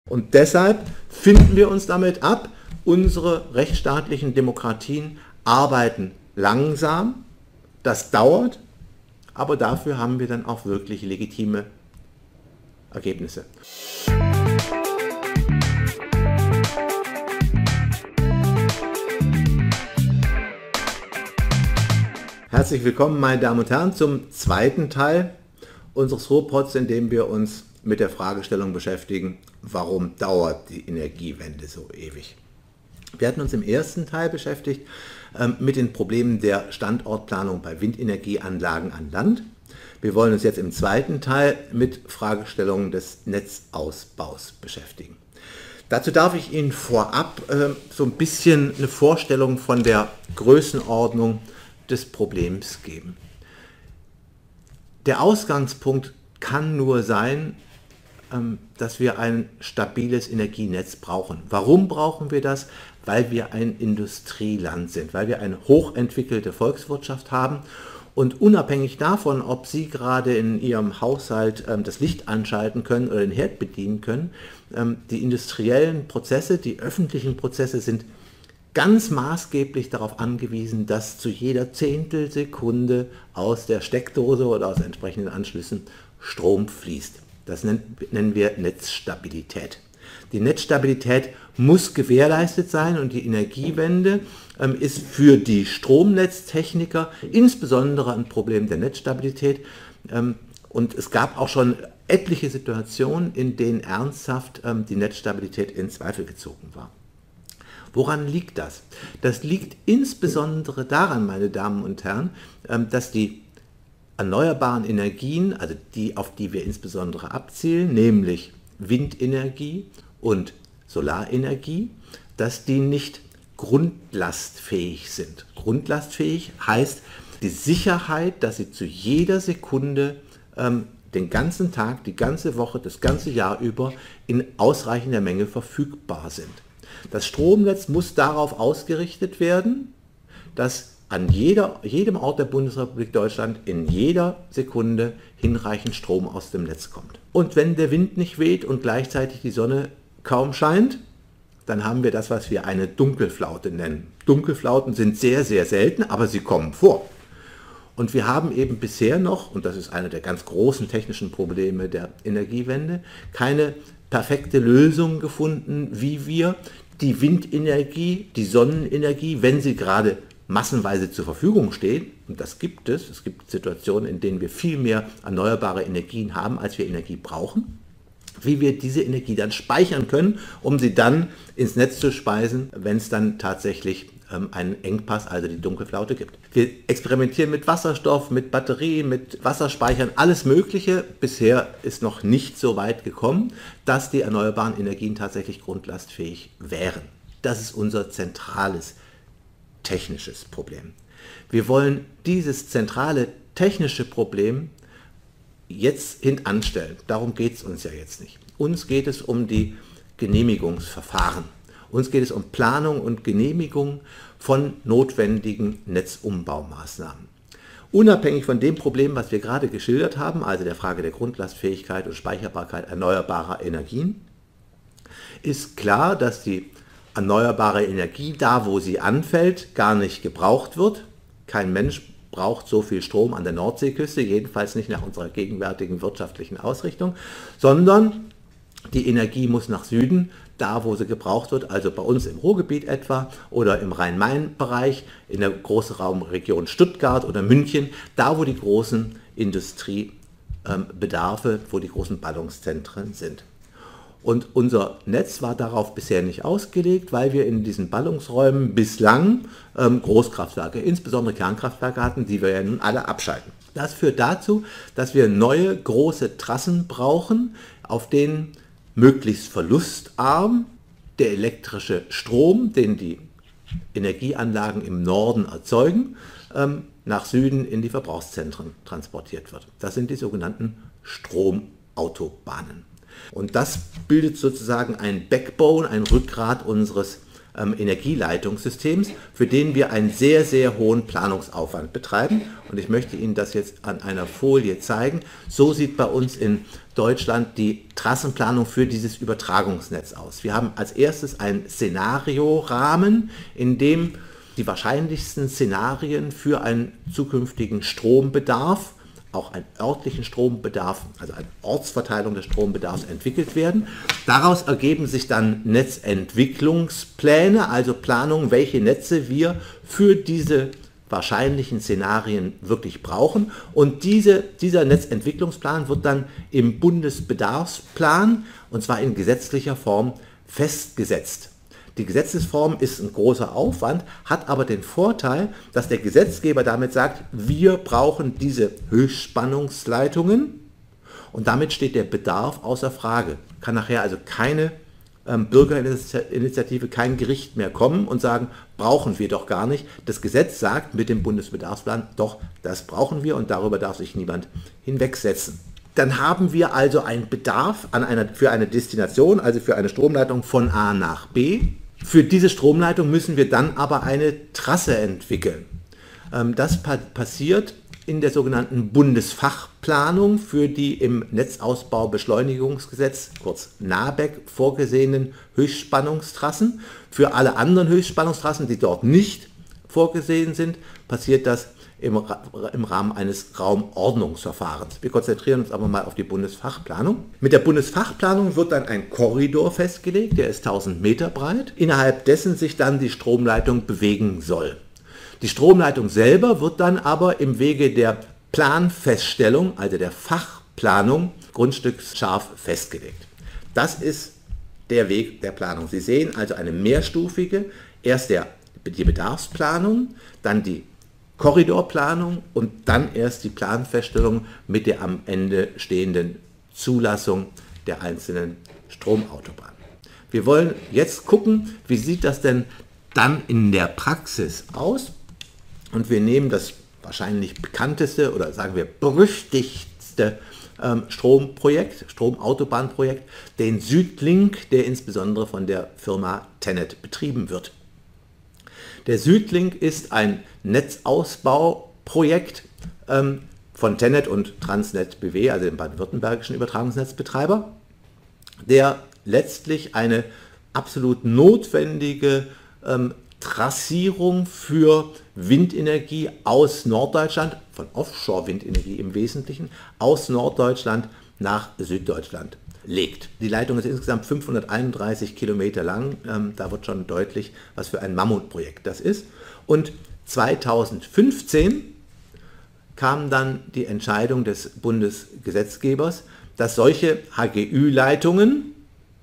Und deshalb finden wir uns damit ab, unsere rechtsstaatlichen Demokratien arbeiten langsam, das dauert, aber dafür haben wir dann auch wirklich legitime Ergebnisse. Herzlich willkommen, meine Damen und Herren, zum zweiten Teil unseres Reports, in dem wir uns mit der Fragestellung beschäftigen, warum dauert die Energiewende so ewig? Wir hatten uns im ersten Teil beschäftigt mit den Problemen der Standortplanung bei Windenergieanlagen an Land. Wir wollen uns jetzt im zweiten Teil mit Fragestellungen des Netzausbaus beschäftigen. Dazu darf ich Ihnen vorab so ein bisschen eine Vorstellung von der Größenordnung des Problems geben. Der Ausgangspunkt kann nur sein, dass wir ein stabiles Energienetz brauchen. Warum brauchen wir das? Weil wir ein Industrieland sind, weil wir eine hochentwickelte Volkswirtschaft haben und unabhängig davon, ob Sie gerade in Ihrem Haushalt das Licht anschalten können oder den Herd bedienen können, die industriellen Prozesse, die öffentlichen Prozesse sind ganz maßgeblich darauf angewiesen, dass zu jeder Zehntelsekunde aus der Steckdose oder aus entsprechenden Anschlüssen Strom fließt. Das nennen wir Netzstabilität. Die Netzstabilität muss gewährleistet sein und die Energiewende ist für die Stromnetztechniker insbesondere ein Problem der Netzstabilität. Und es gab auch schon etliche Situationen, in denen ernsthaft die Netzstabilität in Zweifel gezogen war. Woran liegt das? Das liegt insbesondere daran, meine Damen und Herren, dass die erneuerbaren Energien, also die, auf die wir insbesondere abzielen, nämlich Windenergie und Solarenergie, dass die nicht grundlastfähig sind. Grundlastfähig heißt die Sicherheit, dass sie zu jeder Sekunde den ganzen Tag, die ganze Woche, das ganze Jahr über in ausreichender Menge verfügbar sind. Das Stromnetz muss darauf ausgerichtet werden, dass an jedem Ort der Bundesrepublik Deutschland in jeder Sekunde hinreichend Strom aus dem Netz kommt. Und wenn der Wind nicht weht und gleichzeitig die Sonne kaum scheint, dann haben wir das, was wir eine Dunkelflaute nennen. Dunkelflauten sind sehr, sehr selten, aber sie kommen vor. Und wir haben eben bisher noch, und das ist einer der ganz großen technischen Probleme der Energiewende, keine perfekte Lösung gefunden, wie wir die Windenergie, die Sonnenenergie, wenn sie gerade massenweise zur Verfügung steht, und das gibt es gibt Situationen, in denen wir viel mehr erneuerbare Energien haben, als wir Energie brauchen, wie wir diese Energie dann speichern können, um sie dann ins Netz zu speisen, wenn es dann tatsächlich einen Engpass, also die Dunkelflaute gibt. Wir experimentieren mit Wasserstoff, mit Batterien, mit Wasserspeichern, alles Mögliche. Bisher ist noch nicht so weit gekommen, dass die erneuerbaren Energien tatsächlich grundlastfähig wären. Das ist unser zentrales technisches Problem. Wir wollen dieses zentrale technische Problem jetzt hintanstellen. Darum geht es uns ja jetzt nicht. Uns geht es um die Genehmigungsverfahren. Uns geht es um Planung und Genehmigung von notwendigen Netzumbaumaßnahmen. Unabhängig von dem Problem, was wir gerade geschildert haben, also der Frage der Grundlastfähigkeit und Speicherbarkeit erneuerbarer Energien, ist klar, dass die erneuerbare Energie, da wo sie anfällt, gar nicht gebraucht wird. Kein Mensch braucht so viel Strom an der Nordseeküste, jedenfalls nicht nach unserer gegenwärtigen wirtschaftlichen Ausrichtung, sondern die Energie muss nach Süden, da wo sie gebraucht wird, also bei uns im Ruhrgebiet etwa oder im Rhein-Main-Bereich, in der Großraumregion Stuttgart oder München, da wo die großen Industriebedarfe, wo die großen Ballungszentren sind. Und unser Netz war darauf bisher nicht ausgelegt, weil wir in diesen Ballungsräumen bislang Großkraftwerke, insbesondere Kernkraftwerke hatten, die wir ja nun alle abschalten. Das führt dazu, dass wir neue große Trassen brauchen, auf denen möglichst verlustarm der elektrische Strom, den die Energieanlagen im Norden erzeugen, nach Süden in die Verbrauchszentren transportiert wird. Das sind die sogenannten Stromautobahnen. Und das bildet sozusagen ein Backbone, ein Rückgrat unseres Energieleitungssystems, für den wir einen sehr, sehr hohen Planungsaufwand betreiben. Und ich möchte Ihnen das jetzt an einer Folie zeigen. So sieht bei uns in Deutschland die Trassenplanung für dieses Übertragungsnetz aus. Wir haben als erstes einen Szenariorahmen, in dem die wahrscheinlichsten Szenarien für einen zukünftigen Strombedarf, auch einen örtlichen Strombedarf, also eine Ortsverteilung des Strombedarfs entwickelt werden. Daraus ergeben sich dann Netzentwicklungspläne, also Planungen, welche Netze wir für diese wahrscheinlichen Szenarien wirklich brauchen. Und dieser Netzentwicklungsplan wird dann im Bundesbedarfsplan, und zwar in gesetzlicher Form, festgesetzt. Die Gesetzesform ist ein großer Aufwand, hat aber den Vorteil, dass der Gesetzgeber damit sagt, wir brauchen diese Höchstspannungsleitungen und damit steht der Bedarf außer Frage. Kann nachher also keine Bürgerinitiative, kein Gericht mehr kommen und sagen, brauchen wir doch gar nicht. Das Gesetz sagt mit dem Bundesbedarfsplan, doch, das brauchen wir und darüber darf sich niemand hinwegsetzen. Dann haben wir also einen Bedarf für eine Destination, also für eine Stromleitung von A nach B. Für diese Stromleitung müssen wir dann aber eine Trasse entwickeln. Das passiert in der sogenannten Bundesfachplanung für die im Netzausbaubeschleunigungsgesetz, kurz NABEG, vorgesehenen Höchstspannungstrassen. Für alle anderen Höchstspannungstrassen, die dort nicht vorgesehen sind, passiert das im Rahmen eines Raumordnungsverfahrens. Wir konzentrieren uns aber mal auf die Bundesfachplanung. Mit der Bundesfachplanung wird dann ein Korridor festgelegt, der ist 1000 Meter breit, innerhalb dessen sich dann die Stromleitung bewegen soll. Die Stromleitung selber wird dann aber im Wege der Planfeststellung, also der Fachplanung, grundstücksscharf festgelegt. Das ist der Weg der Planung. Sie sehen also eine mehrstufige, erst die Bedarfsplanung, dann die Korridorplanung und dann erst die Planfeststellung mit der am Ende stehenden Zulassung der einzelnen Stromautobahnen. Wir wollen jetzt gucken, wie sieht das denn dann in der Praxis aus, und wir nehmen das wahrscheinlich bekannteste oder sagen wir berüchtigste Stromautobahnprojekt, den Südlink, der insbesondere von der Firma TenneT betrieben wird. Der Südlink ist ein Netzausbauprojekt von TenneT und Transnet BW, also dem baden-württembergischen Übertragungsnetzbetreiber, der letztlich eine absolut notwendige Trassierung für Windenergie aus Norddeutschland, von Offshore-Windenergie im Wesentlichen, aus Norddeutschland nach Süddeutschland legt. Die Leitung ist insgesamt 531 Kilometer lang, da wird schon deutlich, was für ein Mammutprojekt das ist. Und 2015 kam dann die Entscheidung des Bundesgesetzgebers, dass solche HGÜ-Leitungen,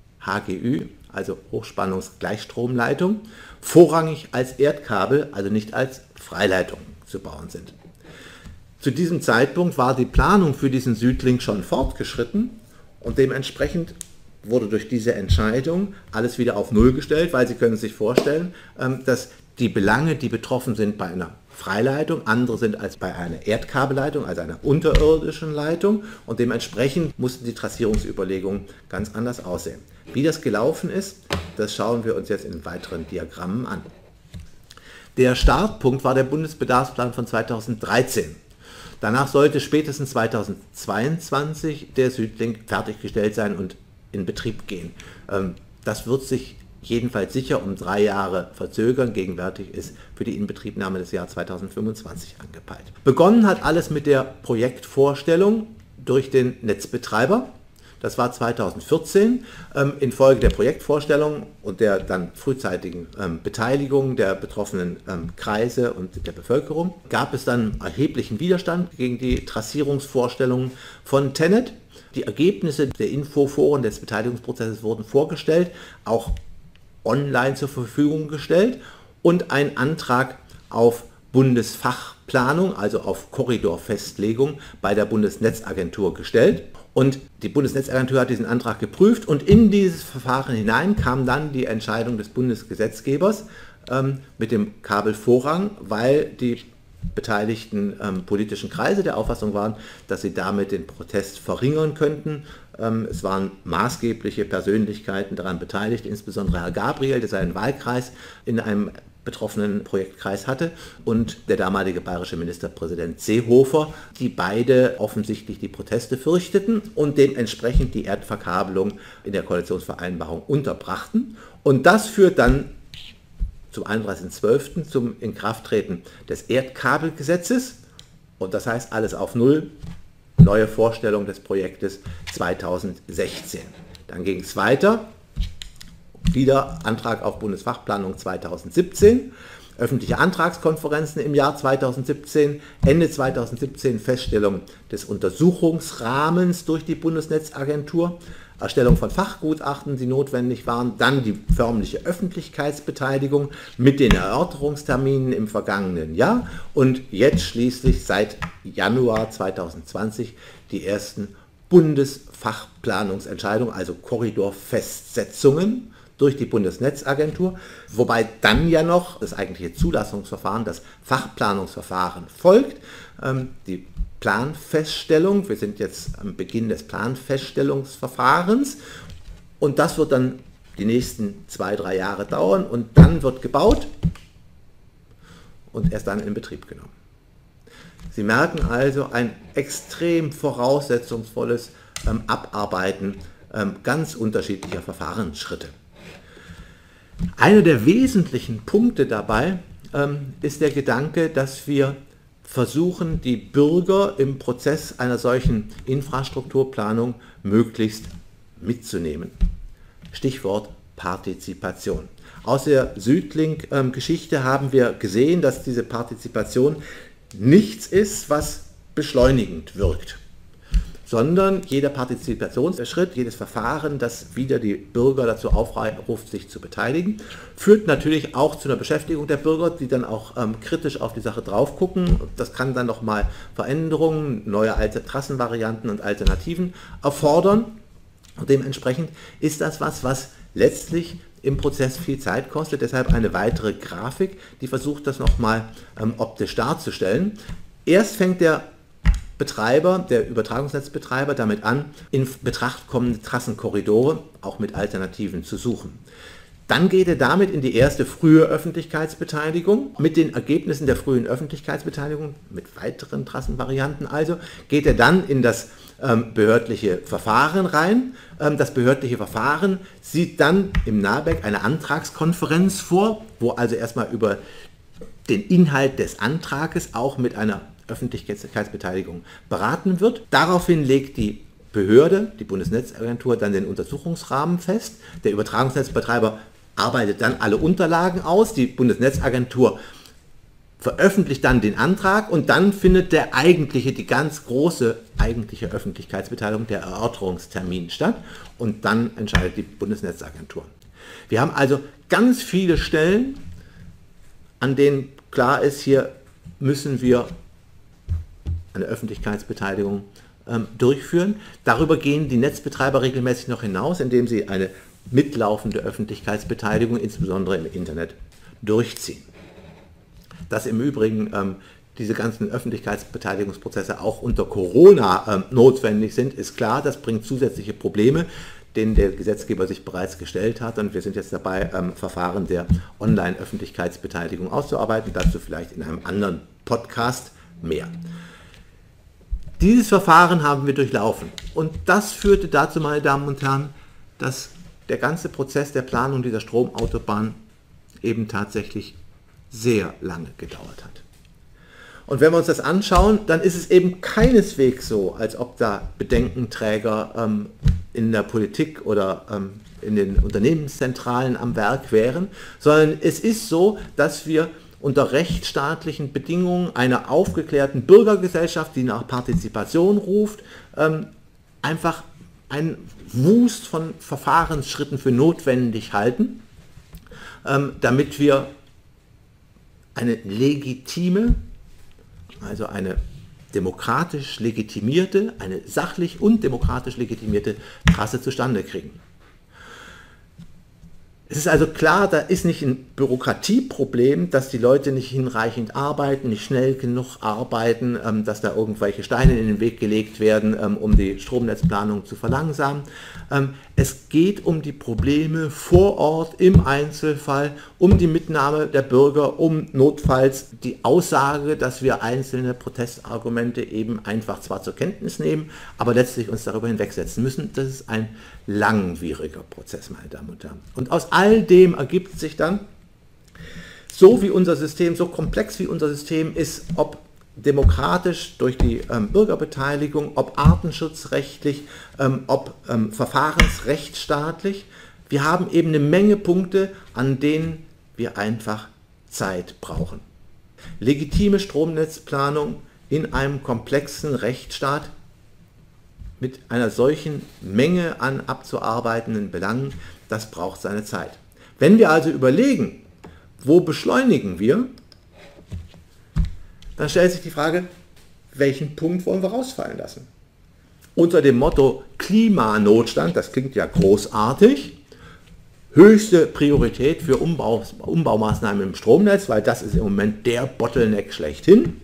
also Hochspannungsgleichstromleitung, vorrangig als Erdkabel, also nicht als Freileitung zu bauen sind. Zu diesem Zeitpunkt war die Planung für diesen Südlink schon fortgeschritten und dementsprechend wurde durch diese Entscheidung alles wieder auf Null gestellt, weil Sie können sich vorstellen, dass die Belange, die betroffen sind bei einer Freileitung, andere sind als bei einer Erdkabelleitung, also einer unterirdischen Leitung, und dementsprechend mussten die Trassierungsüberlegungen ganz anders aussehen. Wie das gelaufen ist, das schauen wir uns jetzt in weiteren Diagrammen an. Der Startpunkt war der Bundesbedarfsplan von 2013. Danach sollte spätestens 2022 der Südlink fertiggestellt sein und in Betrieb gehen. Das wird sich jedenfalls sicher um 3 Jahre verzögern. Gegenwärtig ist für die Inbetriebnahme das Jahr 2025 angepeilt. Begonnen hat alles mit der Projektvorstellung durch den Netzbetreiber. Das war 2014. Infolge der Projektvorstellung und der dann frühzeitigen Beteiligung der betroffenen Kreise und der Bevölkerung gab es dann erheblichen Widerstand gegen die Trassierungsvorstellungen von TenneT. Die Ergebnisse der Infoforen des Beteiligungsprozesses wurden vorgestellt, auch online zur Verfügung gestellt und ein Antrag auf Bundesfachplanung, also auf Korridorfestlegung bei der Bundesnetzagentur gestellt. Und die Bundesnetzagentur hat diesen Antrag geprüft und in dieses Verfahren hinein kam dann die Entscheidung des Bundesgesetzgebers mit dem Kabelvorrang, weil die beteiligten politischen Kreise der Auffassung waren, dass sie damit den Protest verringern könnten Es waren maßgebliche Persönlichkeiten daran beteiligt, insbesondere Herr Gabriel, der seinen Wahlkreis in einem betroffenen Projektkreis hatte, und der damalige bayerische Ministerpräsident Seehofer, die beide offensichtlich die Proteste fürchteten und dementsprechend die Erdverkabelung in der Koalitionsvereinbarung unterbrachten. Und das führt dann zum 31.12. zum Inkrafttreten des Erdkabelgesetzes, und das heißt alles auf Null, neue Vorstellung des Projektes 2016. Dann ging es weiter. Wieder Antrag auf Bundesfachplanung 2017, öffentliche Antragskonferenzen im Jahr 2017, Ende 2017 Feststellung des Untersuchungsrahmens durch die Bundesnetzagentur, Erstellung von Fachgutachten, die notwendig waren, dann die förmliche Öffentlichkeitsbeteiligung mit den Erörterungsterminen im vergangenen Jahr und jetzt schließlich seit Januar 2020 die ersten Bundesfachplanungsentscheidungen, also Korridorfestsetzungen durch die Bundesnetzagentur, wobei dann ja noch das eigentliche Zulassungsverfahren, das Fachplanungsverfahren folgt. Die Planfeststellung, wir sind jetzt am Beginn des Planfeststellungsverfahrens, und das wird dann die nächsten 2-3 Jahre dauern und dann wird gebaut und erst dann in Betrieb genommen. Sie merken also ein extrem voraussetzungsvolles Abarbeiten ganz unterschiedlicher Verfahrensschritte. Einer der wesentlichen Punkte dabei ist der Gedanke, dass wir versuchen, die Bürger im Prozess einer solchen Infrastrukturplanung möglichst mitzunehmen. Stichwort Partizipation. Aus der Südlink-Geschichte haben wir gesehen, dass diese Partizipation nichts ist, was beschleunigend wirkt, sondern jeder Partizipationsschritt, jedes Verfahren, das wieder die Bürger dazu aufruft, sich zu beteiligen, führt natürlich auch zu einer Beschäftigung der Bürger, die dann auch kritisch auf die Sache drauf gucken. Das kann dann nochmal Veränderungen, neue alte Trassenvarianten und Alternativen erfordern. Und dementsprechend ist das was letztlich im Prozess viel Zeit kostet. Deshalb eine weitere Grafik, die versucht, das nochmal optisch darzustellen. Erst fängt der Übertragungsnetzbetreiber damit an, in Betracht kommende Trassenkorridore auch mit Alternativen zu suchen. Dann geht er damit in die erste frühe Öffentlichkeitsbeteiligung. Mit den Ergebnissen der frühen Öffentlichkeitsbeteiligung, mit weiteren Trassenvarianten also, geht er dann in das behördliche Verfahren rein. Das behördliche Verfahren sieht dann im NABEC eine Antragskonferenz vor, wo also erstmal über den Inhalt des Antrages auch mit einer Öffentlichkeitsbeteiligung beraten wird. Daraufhin legt die Behörde, die Bundesnetzagentur, dann den Untersuchungsrahmen fest. Der Übertragungsnetzbetreiber arbeitet dann alle Unterlagen aus. Die Bundesnetzagentur veröffentlicht dann den Antrag und dann findet die ganz große eigentliche Öffentlichkeitsbeteiligung, der Erörterungstermin statt, und dann entscheidet die Bundesnetzagentur. Wir haben also ganz viele Stellen, an denen klar ist, hier müssen wir eine Öffentlichkeitsbeteiligung durchführen. Darüber gehen die Netzbetreiber regelmäßig noch hinaus, indem sie eine mitlaufende Öffentlichkeitsbeteiligung, insbesondere im Internet, durchziehen. Dass im Übrigen diese ganzen Öffentlichkeitsbeteiligungsprozesse auch unter Corona notwendig sind, ist klar. Das bringt zusätzliche Probleme, denen der Gesetzgeber sich bereits gestellt hat, und wir sind jetzt dabei, Verfahren der Online-Öffentlichkeitsbeteiligung auszuarbeiten. Dazu vielleicht in einem anderen Podcast mehr. Dieses Verfahren haben wir durchlaufen, und das führte dazu, meine Damen und Herren, dass der ganze Prozess der Planung dieser Stromautobahn eben tatsächlich sehr lange gedauert hat. Und wenn wir uns das anschauen, dann ist es eben keineswegs so, als ob da Bedenkenträger in der Politik oder in den Unternehmenszentralen am Werk wären, sondern es ist so, dass wir unter rechtsstaatlichen Bedingungen einer aufgeklärten Bürgergesellschaft, die nach Partizipation ruft, einfach einen Wust von Verfahrensschritten für notwendig halten, damit wir eine legitime, also eine demokratisch legitimierte, eine sachlich und demokratisch legitimierte Trasse zustande kriegen. Es ist also klar, da ist nicht ein Bürokratieproblem, dass die Leute nicht hinreichend arbeiten, nicht schnell genug arbeiten, dass da irgendwelche Steine in den Weg gelegt werden, um die Stromnetzplanung zu verlangsamen. Es geht um die Probleme vor Ort im Einzelfall, um die Mitnahme der Bürger, um notfalls die Aussage, dass wir einzelne Protestargumente eben einfach zwar zur Kenntnis nehmen, aber letztlich uns darüber hinwegsetzen müssen. Das ist ein langwieriger Prozess, meine Damen und Herren. Und aus all dem ergibt sich dann, so wie unser System, so komplex wie unser System ist, ob demokratisch durch die Bürgerbeteiligung, ob artenschutzrechtlich, ob verfahrensrechtsstaatlich, wir haben eben eine Menge Punkte, an denen wir einfach Zeit brauchen. Legitime Stromnetzplanung in einem komplexen Rechtsstaat mit einer solchen Menge an abzuarbeitenden Belangen, das braucht seine Zeit. Wenn wir also überlegen, wo beschleunigen wir, dann stellt sich die Frage, welchen Punkt wollen wir rausfallen lassen? Unter dem Motto Klimanotstand, das klingt ja großartig, höchste Priorität für Umbaumaßnahmen im Stromnetz, weil das ist im Moment der Bottleneck schlechthin.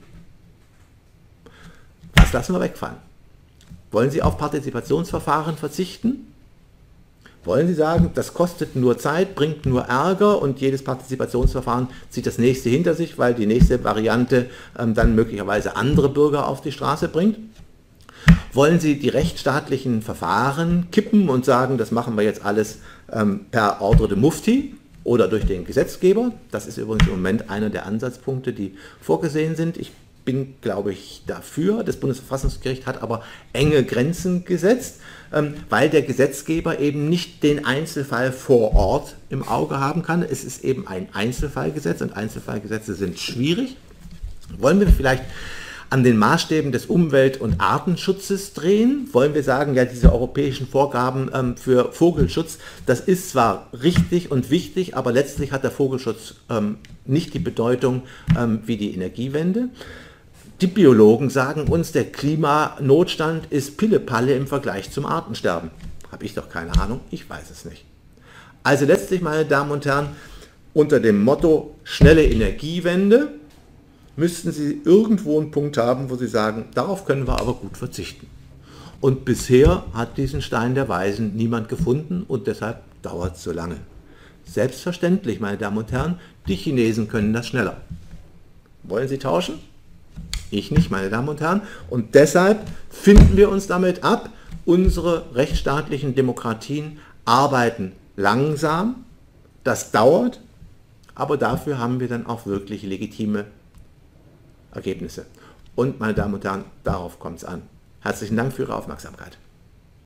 Das lassen wir wegfallen. Wollen Sie auf Partizipationsverfahren verzichten? Wollen Sie sagen, das kostet nur Zeit, bringt nur Ärger und jedes Partizipationsverfahren zieht das nächste hinter sich, weil die nächste Variante dann möglicherweise andere Bürger auf die Straße bringt? Wollen Sie die rechtsstaatlichen Verfahren kippen und sagen, das machen wir jetzt alles per Ordre de Mufti oder durch den Gesetzgeber? Das ist übrigens im Moment einer der Ansatzpunkte, die vorgesehen sind. Ich bin, glaube ich, dafür. Das Bundesverfassungsgericht hat aber enge Grenzen gesetzt, weil der Gesetzgeber eben nicht den Einzelfall vor Ort im Auge haben kann. Es ist eben ein Einzelfallgesetz und Einzelfallgesetze sind schwierig. Wollen wir vielleicht an den Maßstäben des Umwelt- und Artenschutzes drehen? Wollen wir sagen, ja, diese europäischen Vorgaben für Vogelschutz, das ist zwar richtig und wichtig, aber letztlich hat der Vogelschutz nicht die Bedeutung wie die Energiewende. Die Biologen sagen uns, der Klimanotstand ist Pillepalle im Vergleich zum Artensterben. Habe ich doch keine Ahnung, ich weiß es nicht. Also letztlich, meine Damen und Herren, unter dem Motto schnelle Energiewende müssten Sie irgendwo einen Punkt haben, wo Sie sagen, darauf können wir aber gut verzichten. Und bisher hat diesen Stein der Weisen niemand gefunden und deshalb dauert es so lange. Selbstverständlich, meine Damen und Herren, die Chinesen können das schneller. Wollen Sie tauschen? Ich nicht, meine Damen und Herren. Und deshalb finden wir uns damit ab, unsere rechtsstaatlichen Demokratien arbeiten langsam, das dauert, aber dafür haben wir dann auch wirklich legitime Ergebnisse. Und meine Damen und Herren, darauf kommt es an. Herzlichen Dank für Ihre Aufmerksamkeit.